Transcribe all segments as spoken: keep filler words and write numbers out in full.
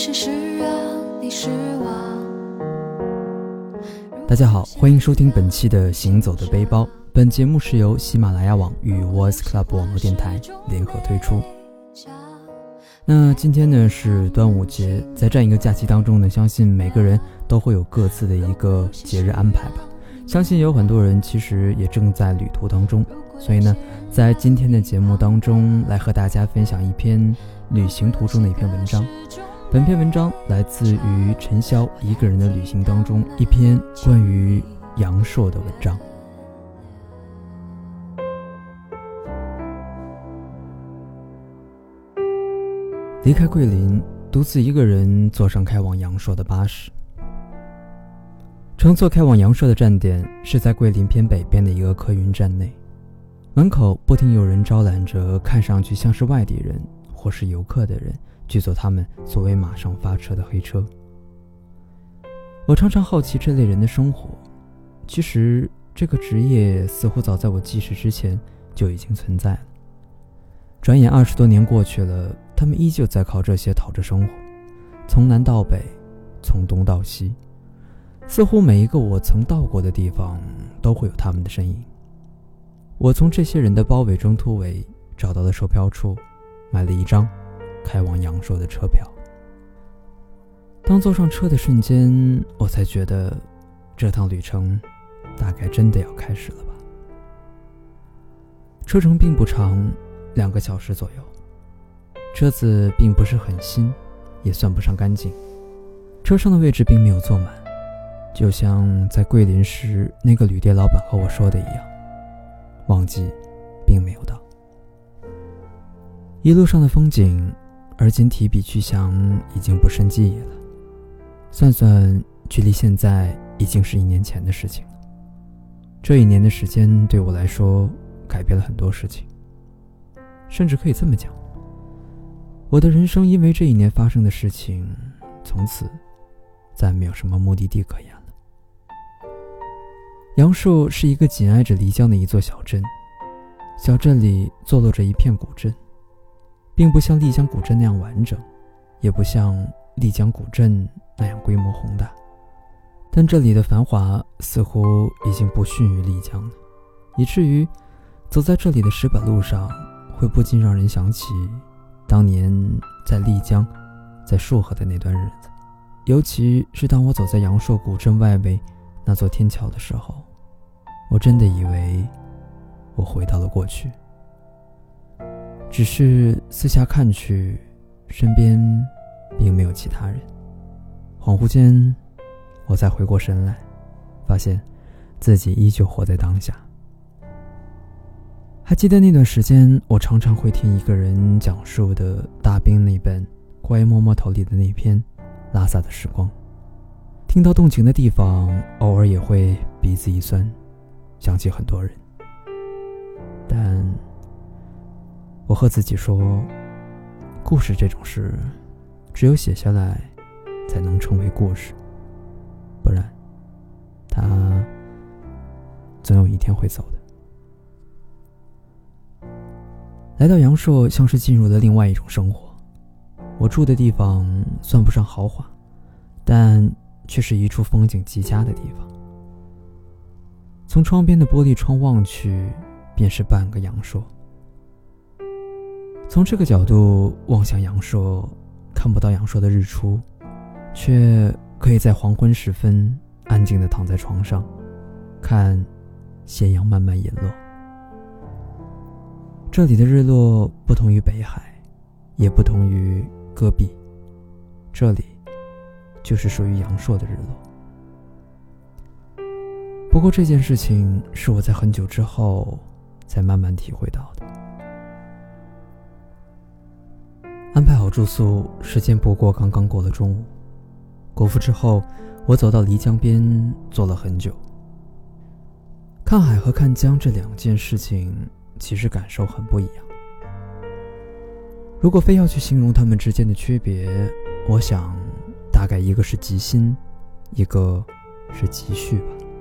事实让你失望。 大家好，欢迎收听本期的行走的背包。本节目是由喜马拉雅网与 Voice Club 网络电台联合推出。那今天呢是端午节，在这样一个假期当中呢，相信每个人都会有各自的一个节日安排吧。相信有很多人其实也正在旅途当中，所以呢在今天的节目当中来和大家分享一篇旅行途中的一篇文章。本篇文章来自于陈潇一个人的旅行当中一篇关于阳朔的文章。离开桂林，独自一个人坐上开往阳朔的巴士。乘坐开往阳朔的站点是在桂林偏北边的一个客运站内，门口不停有人招揽着看上去像是外地人或是游客的人去坐他们所谓马上发车的黑车。我常常好奇这类人的生活，其实这个职业似乎早在我记事之前就已经存在了。转眼二十多年过去了，他们依旧在靠这些讨着生活，从南到北，从东到西，似乎每一个我曾到过的地方都会有他们的身影。我从这些人的包围中突围，找到了售票处，买了一张开往阳朔的车票。当坐上车的瞬间，我才觉得这趟旅程大概真的要开始了吧。车程并不长，两个小时左右。车子并不是很新，也算不上干净，车上的位置并没有坐满，就像在桂林时那个旅店老板和我说的一样，旺季并没有到。一路上的风景而今提笔去想已经不甚记忆了，算算距离现在已经是一年前的事情了。这一年的时间对我来说改变了很多事情，甚至可以这么讲，我的人生因为这一年发生的事情，从此再没有什么目的地可言了。阳朔是一个紧挨着漓江的一座小镇，小镇里坐落着一片古镇，并不像丽江古镇那样完整，也不像丽江古镇那样规模宏大，但这里的繁华似乎已经不逊于丽江了，以至于走在这里的石板路上会不禁让人想起当年在丽江在束河的那段日子。尤其是当我走在阳朔古镇外围那座天桥的时候，我真的以为我回到了过去。只是四下看去，身边并没有其他人。恍惚间我才回过神来，发现自己依旧活在当下。还记得那段时间，我常常会听一个人讲述的大兵那本关于摸摸头里的那篇拉萨的时光，听到动情的地方，偶尔也会鼻子一酸，想起很多人。但我和自己说，故事这种事只有写下来才能成为故事，不然它总有一天会走的。来到阳朔像是进入了另外一种生活。我住的地方算不上豪华，但却是一处风景极佳的地方。从窗边的玻璃窗望去，便是半个阳朔。从这个角度望向阳朔，看不到阳朔的日出，却可以在黄昏时分安静地躺在床上，看斜阳慢慢隐落。这里的日落不同于北海，也不同于戈壁，这里就是属于阳朔的日落。不过这件事情是我在很久之后才慢慢体会到的。安排好住宿，时间不过刚刚过了中午。果腹之后，我走到漓江边坐了很久。看海和看江这两件事情其实感受很不一样。如果非要去形容它们之间的区别，我想大概一个是极新，一个是极蓄吧。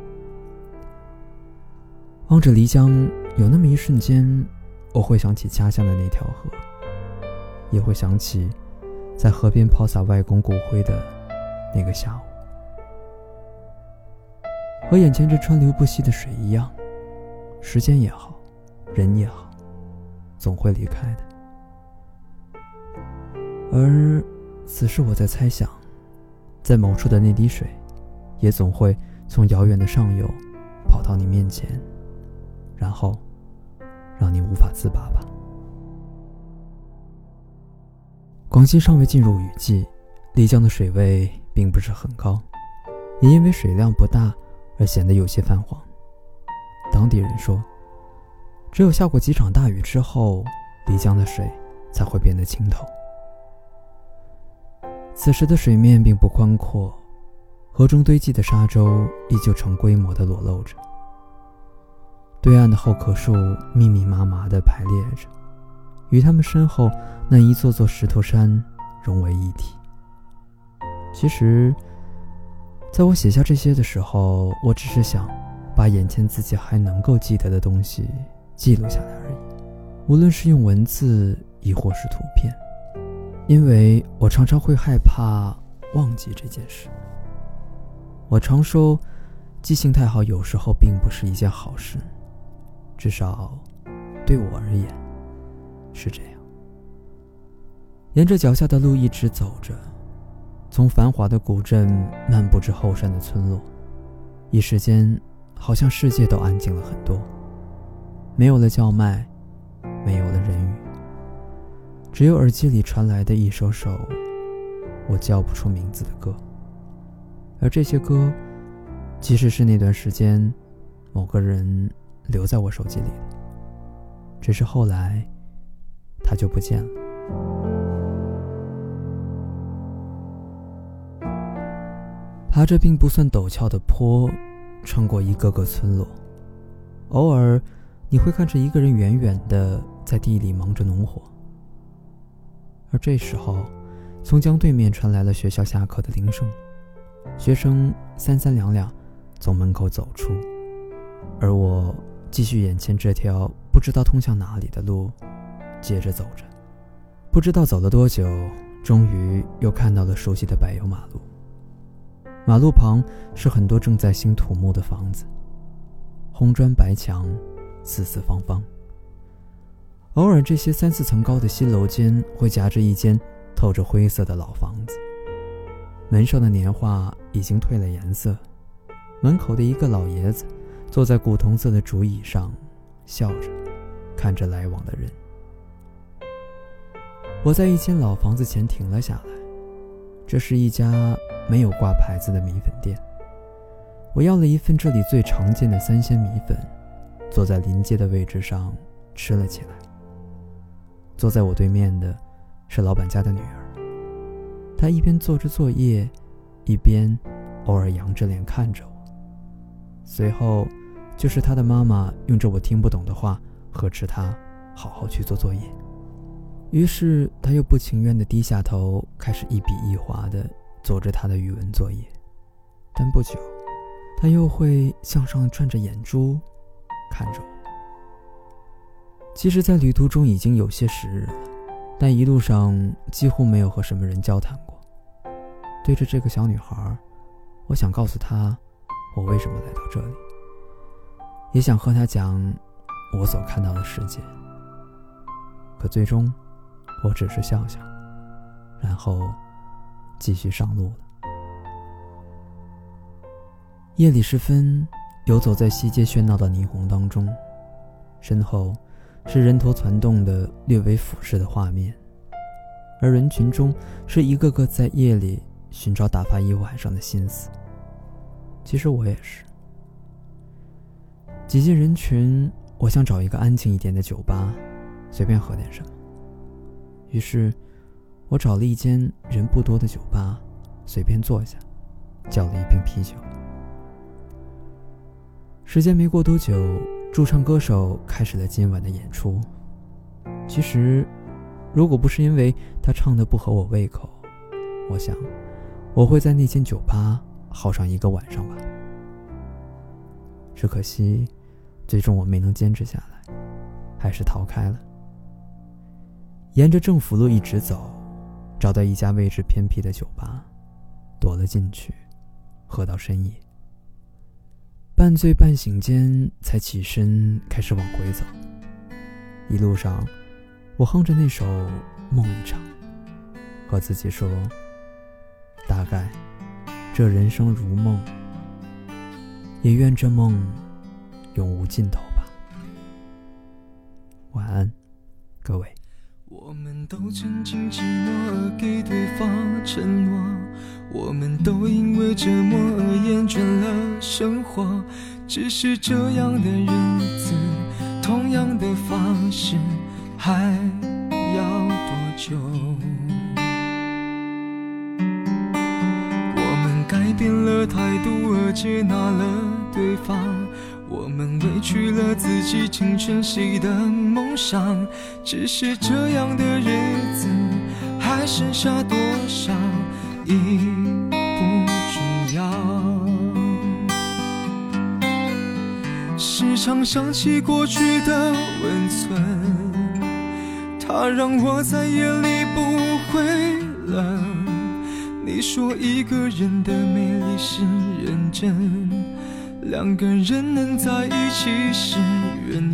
望着漓江，有那么一瞬间，我会想起家乡的那条河，也会想起在河边抛洒外公骨灰的那个下午。和眼前这川流不息的水一样，时间也好，人也好，总会离开的。而此时我在猜想，在某处的那滴水也总会从遥远的上游跑到你面前，然后让你无法自拔吧。广西尚未进入雨季，丽江的水位并不是很高，也因为水量不大而显得有些泛黄。当地人说，只有下过几场大雨之后，丽江的水才会变得清透。此时的水面并不宽阔，河中堆积的沙洲依旧成规模地裸露着，对岸的厚棵树密密麻麻地排列着，与他们身后那一座座石头山融为一体。其实在我写下这些的时候，我只是想把眼前自己还能够记得的东西记录下来而已，无论是用文字亦或是图片，因为我常常会害怕忘记这件事。我常说，记性太好有时候并不是一件好事，至少对我而言是这样。沿着脚下的路一直走着，从繁华的古镇漫步至后山的村落，一时间好像世界都安静了很多，没有了叫卖，没有了人语，只有耳机里传来的一首首我叫不出名字的歌。而这些歌其实是那段时间某个人留在我手机里的，只是后来他就不见了。爬着并不算陡峭的坡，穿过一个个村落，偶尔你会看着一个人远远地在地里忙着农活。而这时候，从江对面传来了学校下课的铃声，学生三三两两从门口走出，而我继续眼前这条不知道通向哪里的路，接着走着。不知道走了多久，终于又看到了熟悉的柏油马路。马路旁是很多正在兴土木的房子，红砖白墙，四四方方。偶尔这些三四层高的新楼间会夹着一间透着灰色的老房子，门上的年画已经褪了颜色，门口的一个老爷子坐在古铜色的竹椅上，笑着看着来往的人。我在一间老房子前停了下来，这是一家没有挂牌子的米粉店。我要了一份这里最常见的三鲜米粉，坐在临街的位置上吃了起来。坐在我对面的是老板家的女儿，她一边做着作业，一边偶尔扬着脸看着我。随后就是她的妈妈用着我听不懂的话呵斥她好好去做作业。于是她又不情愿地低下头，开始一笔一划地做着她的语文作业。但不久她又会向上转着眼珠看着我。其实在旅途中已经有些时日了，但一路上几乎没有和什么人交谈过。对着这个小女孩，我想告诉她我为什么来到这里，也想和她讲我所看到的世界。可最终我只是笑笑，然后继续上路了。夜里时分，游走在西街喧闹的霓虹当中，身后是人头攒动的略微俯视的画面，而人群中是一个个在夜里寻找打发一晚上的心思。其实我也是。挤进人群，我想找一个安静一点的酒吧，随便喝点什么。于是我找了一间人不多的酒吧，随便坐下，叫了一瓶啤酒。时间没过多久，驻唱歌手开始了今晚的演出。其实如果不是因为他唱得不合我胃口，我想我会在那间酒吧耗上一个晚上吧。只可惜最终我没能坚持下来，还是逃开了。沿着政府路一直走， 找到一家位置偏僻的酒吧，躲了进去，喝到深夜。半醉半醒间才起身开始往回走。一路上我哼着那首《梦一场》，和自己说，大概这人生如梦，也愿这梦永无尽头吧。晚安，各位。 我们都曾经寂寞而给对方承诺，我们都因为折磨而厌倦了生活。只是这样的日子，同样的方式，还要多久？我们改变了态度而接纳了对方，我们委屈了自己，成全谁的梦想？只是这样的日子，还剩下多少已不重要。时常想起过去的温存，它让我在夜里不会冷。你说一个人的美丽是认真，两个人能在一起是缘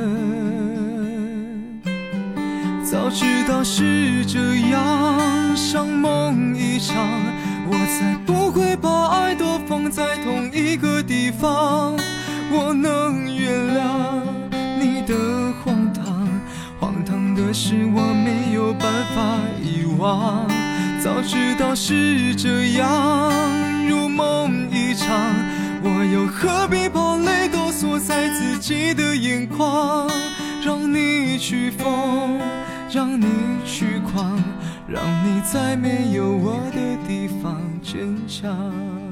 分。早知道是这样，像梦一场，我才不会把爱都放在同一个地方。我能原谅你的荒唐，荒唐的是我没有办法遗忘。早知道是这样，如梦一场，我又何必把泪都锁在自己的眼眶？让你去疯，让你去狂，让你在没有我的地方坚强。